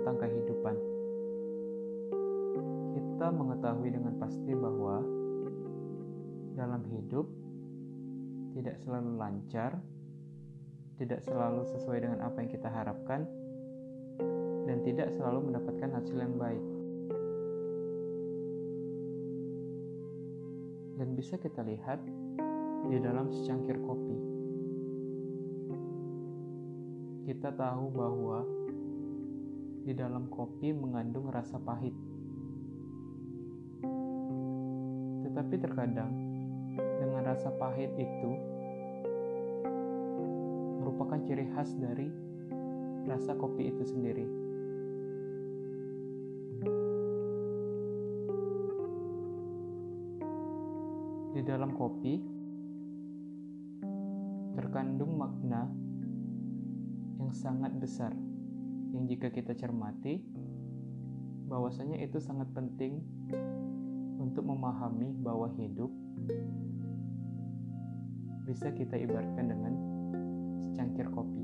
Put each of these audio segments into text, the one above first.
tentang kehidupan. Kita mengetahui dengan pasti bahwa dalam hidup tidak selalu lancar, tidak selalu sesuai dengan apa yang kita harapkan, dan tidak selalu mendapatkan hasil yang baik. Dan bisa kita lihat di dalam secangkir kopi. Kita tahu bahwa di dalam kopi mengandung rasa pahit. Tetapi terkadang dengan rasa pahit itu merupakan ciri khas dari rasa kopi itu sendiri. Di dalam kopi terkandung makna yang sangat besar, yang jika kita cermati, bahwasanya itu sangat penting untuk memahami bahwa hidup bisa kita ibaratkan dengan secangkir kopi.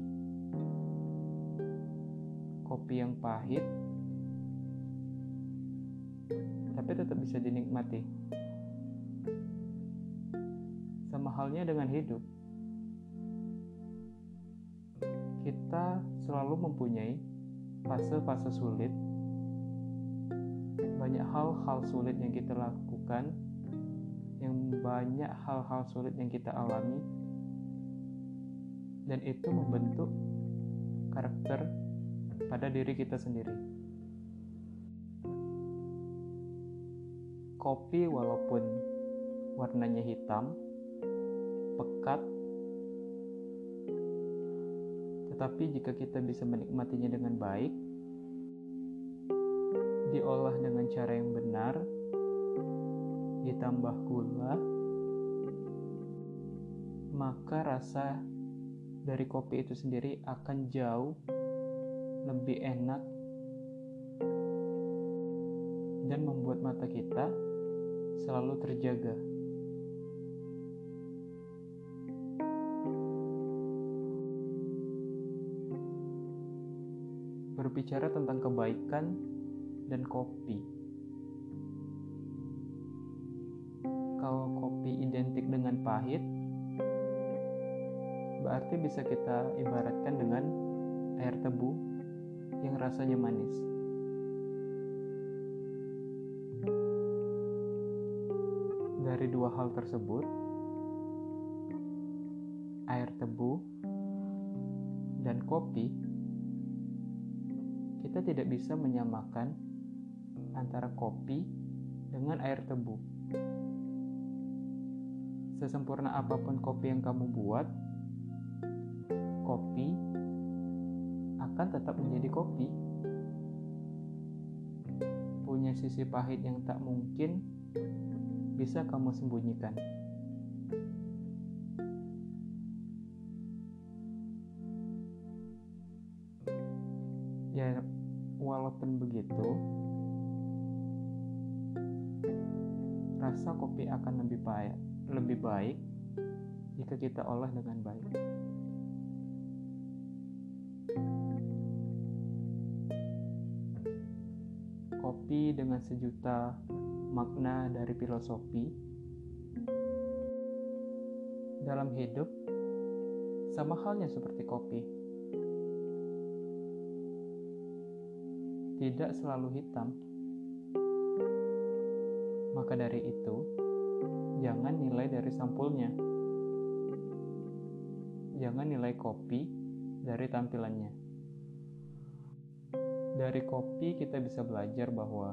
Kopi yang pahit, tapi tetap bisa dinikmati. Sama halnya dengan hidup. Kita selalu mempunyai fase-fase sulit, banyak hal-hal sulit yang kita lakukan, yang banyak hal-hal sulit yang kita alami, dan itu membentuk karakter pada diri kita sendiri. Kopi walaupun warnanya hitam, pekat, tetapi jika kita bisa menikmatinya dengan baik, diolah dengan cara yang benar, ditambah gula, maka rasa dari kopi itu sendiri akan jauh lebih enak dan membuat mata kita selalu terjaga. Berbicara tentang kebaikan dan kopi. Kalau kopi identik dengan pahit, berarti bisa kita ibaratkan dengan air tebu yang rasanya manis. Dari dua hal tersebut, air tebu dan kopi, kita tidak bisa menyamakan antara kopi dengan air tebu. Sesempurna apapun kopi yang kamu buat, kopi akan tetap menjadi kopi. Punya sisi pahit yang tak mungkin bisa kamu sembunyikan. Ya, walaupun begitu, rasa kopi akan lebih baik jika kita olah dengan baik. Kopi dengan sejuta makna dari filosofi dalam hidup sama halnya seperti kopi. Tidak selalu hitam. Maka dari itu, jangan nilai dari sampulnya. Jangan nilai kopi dari tampilannya. Dari kopi kita bisa belajar bahwa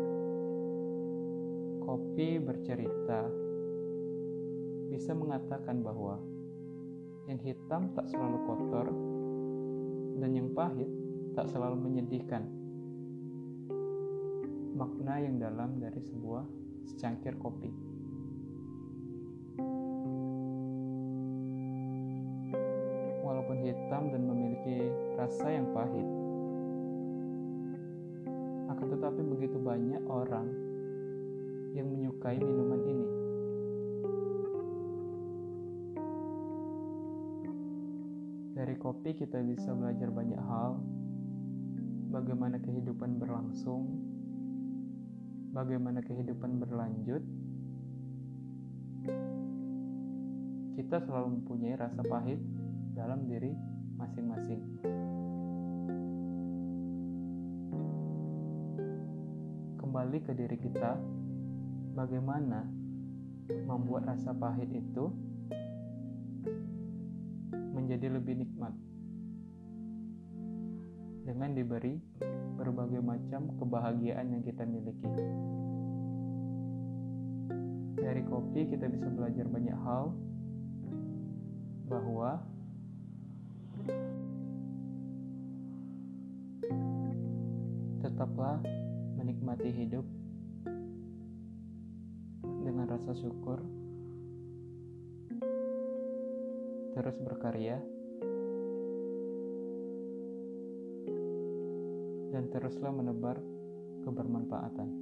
kopi bercerita, bisa mengatakan bahwa yang hitam tak selalu kotor dan yang pahit tak selalu menyedihkan. Makna yang dalam dari sebuah secangkir kopi. Walaupun hitam dan memiliki rasa yang pahit, akan tetapi begitu banyak orang yang menyukai minuman ini. Dari kopi kita bisa belajar banyak hal, bagaimana kehidupan berlangsung, bagaimana kehidupan berlanjut, kita selalu mempunyai rasa pahit dalam diri masing-masing. Kembali ke diri kita, bagaimana membuat rasa pahit itu menjadi lebih nikmat dengan diberi berbagai macam kebahagiaan yang kita miliki. Dari kopi kita bisa belajar banyak hal, bahwa tetaplah menikmati hidup dengan rasa syukur, terus berkarya, dan teruslah menebar kebermanfaatan.